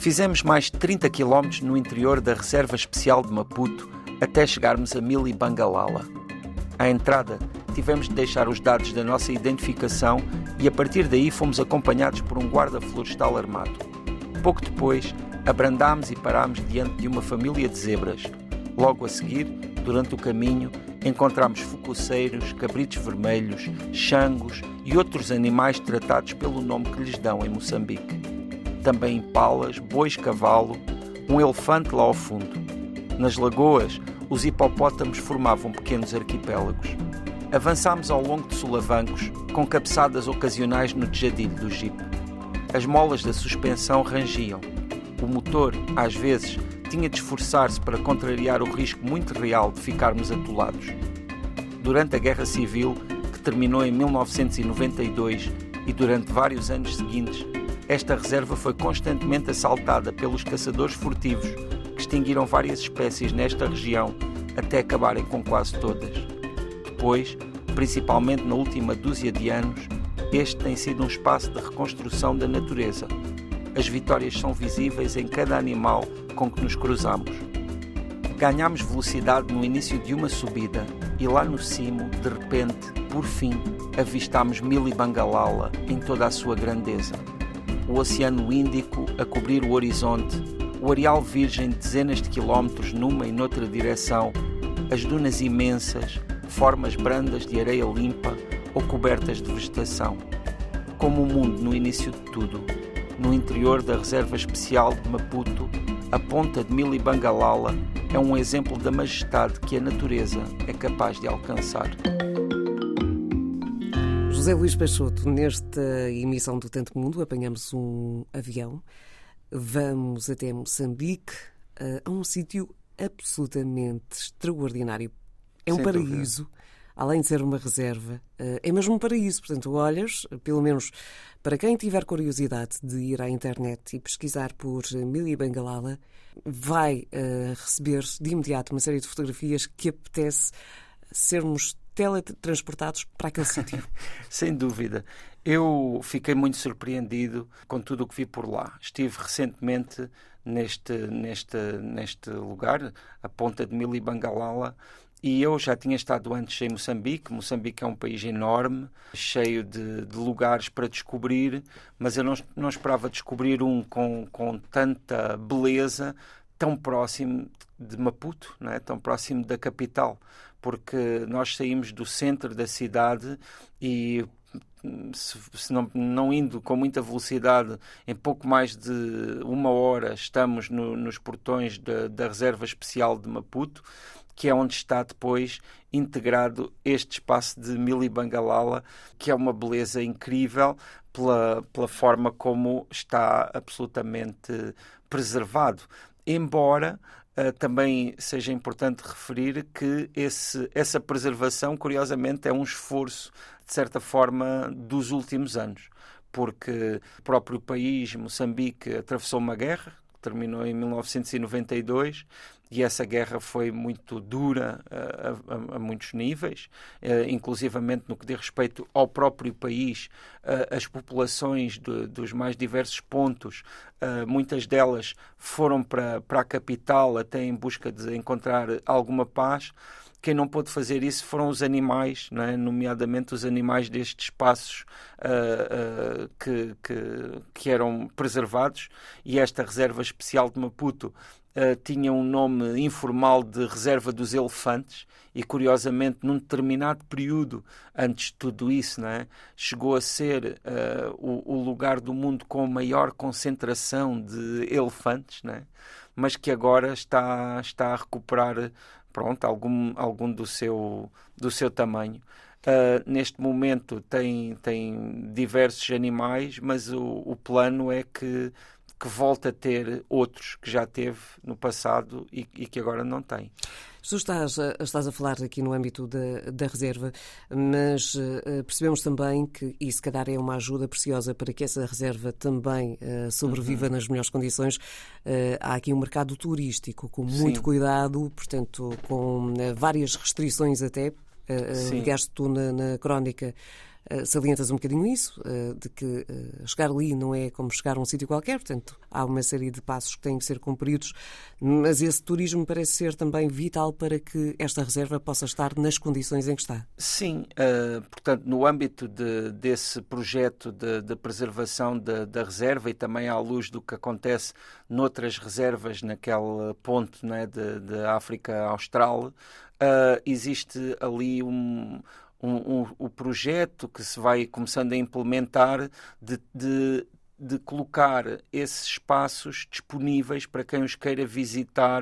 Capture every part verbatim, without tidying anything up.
Fizemos mais de trinta quilómetros no interior da Reserva Especial de Maputo até chegarmos a Mili Bangalala. À entrada, tivemos de deixar os dados da nossa identificação e a partir daí fomos acompanhados por um guarda florestal armado. Pouco depois, abrandámos e parámos diante de uma família de zebras. Logo a seguir, durante o caminho, encontramos focusseiros, cabritos vermelhos, changos e outros animais tratados pelo nome que lhes dão em Moçambique. Também impalas, bois-cavalo, um elefante lá ao fundo. Nas lagoas, os hipopótamos formavam pequenos arquipélagos. Avançámos ao longo de solavancos, com cabeçadas ocasionais no tejadilho do jipe. As molas da suspensão rangiam. O motor, às vezes, tinha de esforçar-se para contrariar o risco muito real de ficarmos atolados. Durante a Guerra Civil, que terminou em mil novecentos e noventa e dois, e durante vários anos seguintes, esta reserva foi constantemente assaltada pelos caçadores furtivos, que extinguiram várias espécies nesta região, até acabarem com quase todas. Depois, principalmente na última dúzia de anos, este tem sido um espaço de reconstrução da natureza. As vitórias são visíveis em cada animal com que nos cruzamos. Ganhámos velocidade no início de uma subida e lá no cimo, de repente, por fim, avistámos Mili Bangalala em toda a sua grandeza. O Oceano Índico a cobrir o horizonte, o areal virgem de dezenas de quilómetros numa e noutra direção, as dunas imensas, formas brandas de areia limpa ou cobertas de vegetação. Como o mundo no início de tudo, no interior da Reserva Especial de Maputo, a ponta de Mili Bangalala é um exemplo da majestade que a natureza é capaz de alcançar. José Luís Peixoto, nesta emissão do Tanto Mundo, apanhamos um avião, vamos até Moçambique, a um sítio absolutamente extraordinário. É um Sem paraíso, dúvida. Além de ser uma reserva, é mesmo um paraíso. Portanto, olhas, pelo menos para quem tiver curiosidade de ir à internet e pesquisar por Mili Bangalala, vai uh, receber de imediato uma série de fotografias que apetece sermos teletransportados para aquele sítio. Sem dúvida. Eu fiquei muito surpreendido com tudo o que vi por lá. Estive recentemente neste, neste, neste lugar, a ponta de Mili Bangalala, e eu já tinha estado antes em Moçambique. Moçambique é um país enorme, cheio de, de lugares para descobrir, mas eu não, não esperava descobrir um com, com tanta beleza, tão próximo de Maputo, não é? Tão próximo da capital, porque nós saímos do centro da cidade e, se, se não, não indo com muita velocidade, em pouco mais de uma hora estamos no, nos portões da, da Reserva Especial de Maputo, que é onde está depois integrado este espaço de Mili Bangalala, que é uma beleza incrível pela, pela forma como está absolutamente preservado. Embora uh, também seja importante referir que esse, essa preservação, curiosamente, é um esforço, de certa forma, dos últimos anos, porque o próprio país, Moçambique, atravessou uma guerra, terminou em mil novecentos e noventa e dois, e essa guerra foi muito dura a, a, a muitos níveis, eh, inclusivamente no que diz respeito ao próprio país, eh, as populações de, dos mais diversos pontos, eh, muitas delas foram para, para a capital até em busca de encontrar alguma paz. Quem não pôde fazer isso foram os animais, não é? Nomeadamente os animais destes espaços uh, uh, que, que, que eram preservados, e esta Reserva Especial de Maputo uh, tinha um nome informal de Reserva dos Elefantes, e curiosamente num determinado período antes de tudo isso, não é? Chegou a ser uh, o, o lugar do mundo com a maior concentração de elefantes, não é? Mas que agora está, está a recuperar pronto, algum, algum do, seu, do seu tamanho. Uh, neste momento tem, tem diversos animais, mas o, o plano é que, que volte a ter outros que já teve no passado e, e que agora não tem. Tu estás, estás a falar aqui no âmbito da, da reserva, mas uh, percebemos também que, e se calhar é uma ajuda preciosa para que essa reserva também uh, sobreviva uhum. nas melhores condições, uh, há aqui um mercado turístico com muito Sim. cuidado, portanto com uh, várias restrições até, uh, ligaste tu na, na crónica, salientas um bocadinho isso, de que chegar ali não é como chegar a um sítio qualquer, portanto, há uma série de passos que têm que ser cumpridos, mas esse turismo parece ser também vital para que esta reserva possa estar nas condições em que está. Sim, uh, portanto, no âmbito de, desse projeto de, de preservação de, da reserva e também à luz do que acontece noutras reservas naquele ponto, né, de, de África Austral, uh, existe ali um... Um, um, o projeto que se vai começando a implementar de, de, de colocar esses espaços disponíveis para quem os queira visitar,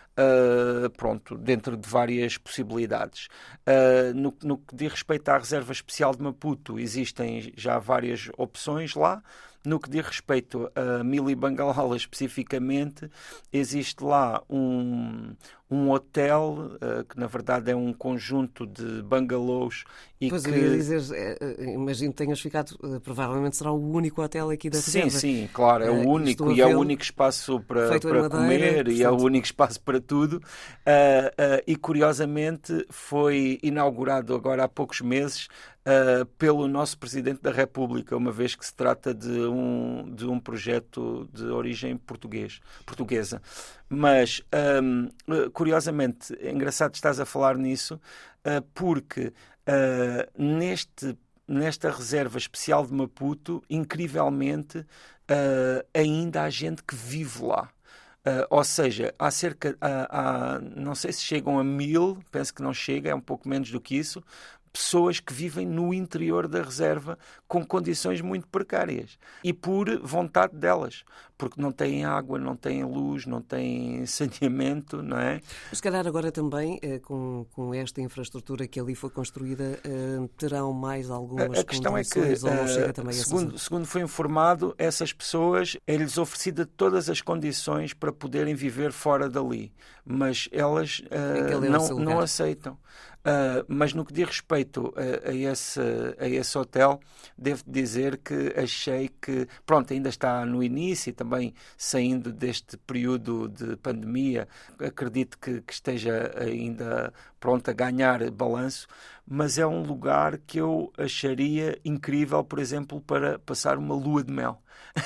uh, pronto, dentro de várias possibilidades. Uh, no, no que diz respeito à Reserva Especial de Maputo, existem já várias opções lá. No que diz respeito a Mili Bangalala especificamente, existe lá um, um hotel, uh, que na verdade é um conjunto de bungalows. E pois que... eu ia dizer, é, imagino que tenhas ficado, uh, provavelmente será o único hotel aqui da sim, reserva. Sim, sim, claro, é o uh, único e é o único espaço para, para madeira, comer portanto... e é o único espaço para tudo. Uh, uh, e curiosamente foi inaugurado agora há poucos meses Uh, pelo nosso Presidente da República, uma vez que se trata de um, de um projeto de origem português, portuguesa. Mas, um, curiosamente, é engraçado estás a falar nisso, uh, porque uh, neste, nesta Reserva Especial de Maputo, incrivelmente, uh, ainda há gente que vive lá. Uh, ou seja, há cerca, há, há, não sei se chegam a mil, penso que não chega, é um pouco menos do que isso, pessoas que vivem no interior da reserva com condições muito precárias e por vontade delas, porque não têm água, não têm luz, não têm saneamento, não é? Mas se calhar agora também, com, com esta infraestrutura que ali foi construída, terão mais algumas a, a questão condições é que, ou não chega também segundo, a essas... segundo foi informado, essas pessoas, é-lhes oferecida todas as condições para poderem viver fora dali, mas elas uh, não, não aceitam. Uh, mas no que diz respeito a, a, esse, a esse hotel, devo dizer que achei que, pronto, ainda está no início e também saindo deste período de pandemia, acredito que, que esteja ainda pronto a ganhar balanço, mas é um lugar que eu acharia incrível, por exemplo, para passar uma lua de mel.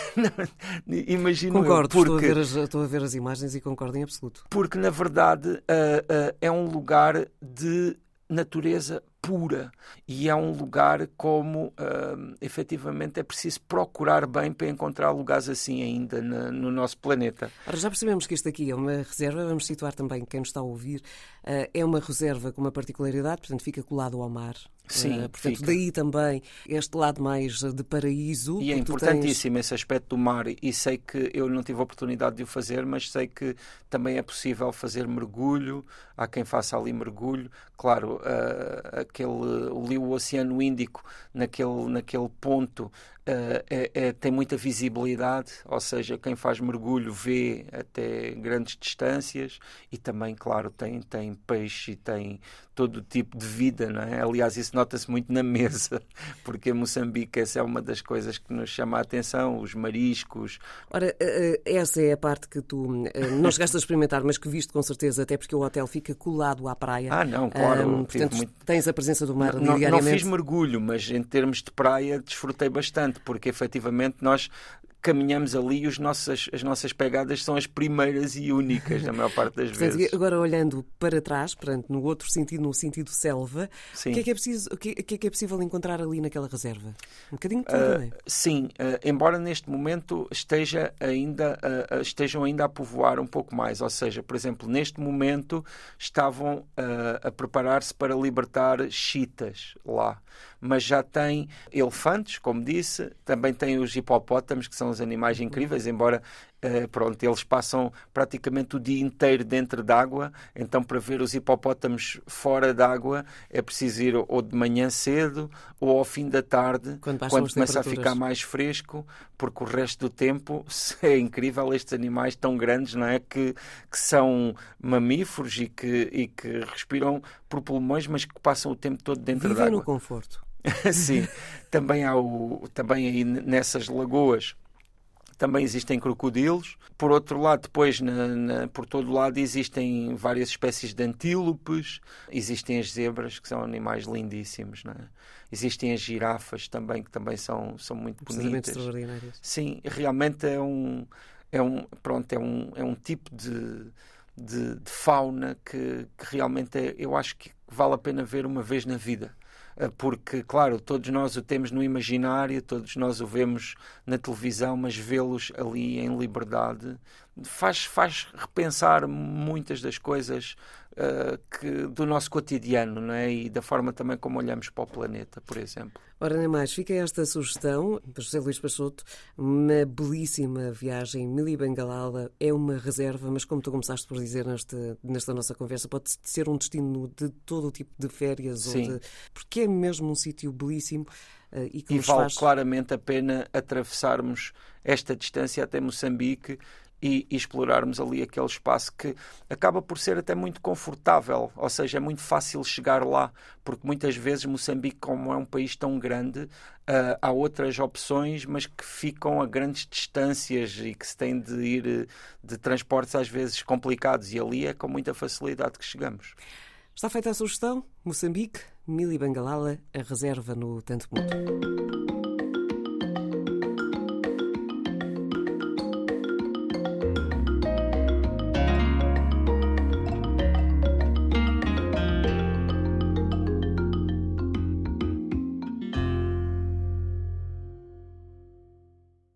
Imagino concordo, eu, porque, estou, a ver as, estou a ver as imagens e concordo em absoluto. Porque, na verdade, uh, uh, é um lugar de natureza pura e é um lugar como uh, efetivamente é preciso procurar bem para encontrar lugares assim ainda na, no nosso planeta. Ora, já percebemos que isto aqui é uma reserva, vamos situar também quem nos está a ouvir, uh, é uma reserva com uma particularidade, portanto fica colado ao mar. Sim, uh, portanto fica. Daí também este lado mais de paraíso. E é importantíssimo tens... esse aspecto do mar e sei que eu não tive a oportunidade de o fazer, mas sei que também é possível fazer mergulho, há quem faça ali mergulho, claro, uh, aquele, ali o Oceano Índico naquele, naquele ponto Uh, é, é, tem muita visibilidade, ou seja, quem faz mergulho vê até grandes distâncias e também, claro, tem, tem peixe e tem todo o tipo de vida, não é? Aliás, isso nota-se muito na mesa, porque em Moçambique essa é uma das coisas que nos chama a atenção, os mariscos. Ora, essa é a parte que tu não chegaste a experimentar, mas que viste com certeza, até porque o hotel fica colado à praia. Ah, não, claro. Um, portanto, muito... tens a presença do mar não, diariamente. Não fiz mergulho, mas em termos de praia desfrutei bastante, porque efetivamente nós caminhamos ali e os nossos, as nossas pegadas são as primeiras e únicas, na maior parte das Portanto, vezes. Agora, olhando para trás, portanto, no outro sentido, no sentido selva, sim. o que é que é, preciso, o que é, o que é que é possível encontrar ali naquela reserva? Um bocadinho de tudo, uh, não é? Sim, uh, embora neste momento esteja ainda, uh, estejam ainda a povoar um pouco mais, ou seja, por exemplo, neste momento estavam uh, a preparar-se para libertar chitas lá, mas já tem elefantes, como disse, também tem os hipopótamos, que são os animais incríveis, embora uh, pronto, eles passam praticamente o dia inteiro dentro d'água, então para ver os hipopótamos fora d'água é preciso ir ou de manhã cedo ou ao fim da tarde, quando, quando começa a ficar mais fresco, porque o resto do tempo é incrível estes animais tão grandes, não é? Que, que são mamíferos e que, e que respiram por pulmões, mas que passam o tempo todo dentro d'água. Vivem no conforto. Sim, também há o, também aí nessas lagoas também existem crocodilos. Por outro lado, depois, na, na, por todo lado, existem várias espécies de antílopes, existem as zebras, que são animais lindíssimos, não é? Existem as girafas também, que também são, são muito bonitas. Extraordinárias. Sim, realmente é um, é um, pronto, é um, é um tipo de, de, de fauna que, que realmente é, eu acho que vale a pena ver uma vez na vida. Porque, claro, todos nós o temos no imaginário, todos nós o vemos na televisão, mas vê-los ali em liberdade faz, faz repensar muitas das coisas uh, que, do nosso cotidiano, não é? E da forma também como olhamos para o planeta, por exemplo. Ora, nem mais, fica esta sugestão para José Luís Peixoto, uma belíssima viagem. Mili Bangalala é uma reserva, mas como tu começaste por dizer nesta, nesta nossa conversa, pode ser um destino de todo o tipo de férias, Sim. ou de, porque é mesmo um sítio belíssimo uh, e que e nos vale faz... claramente a pena atravessarmos esta distância até Moçambique e, e explorarmos ali aquele espaço que acaba por ser até muito confortável, ou seja, é muito fácil chegar lá, porque muitas vezes Moçambique, como é um país tão grande, uh, há outras opções, mas que ficam a grandes distâncias e que se tem de ir de transportes às vezes complicados, e ali é com muita facilidade que chegamos. Está feita a sugestão. Moçambique, Mili Bangalala, a reserva no Tanto Mundo.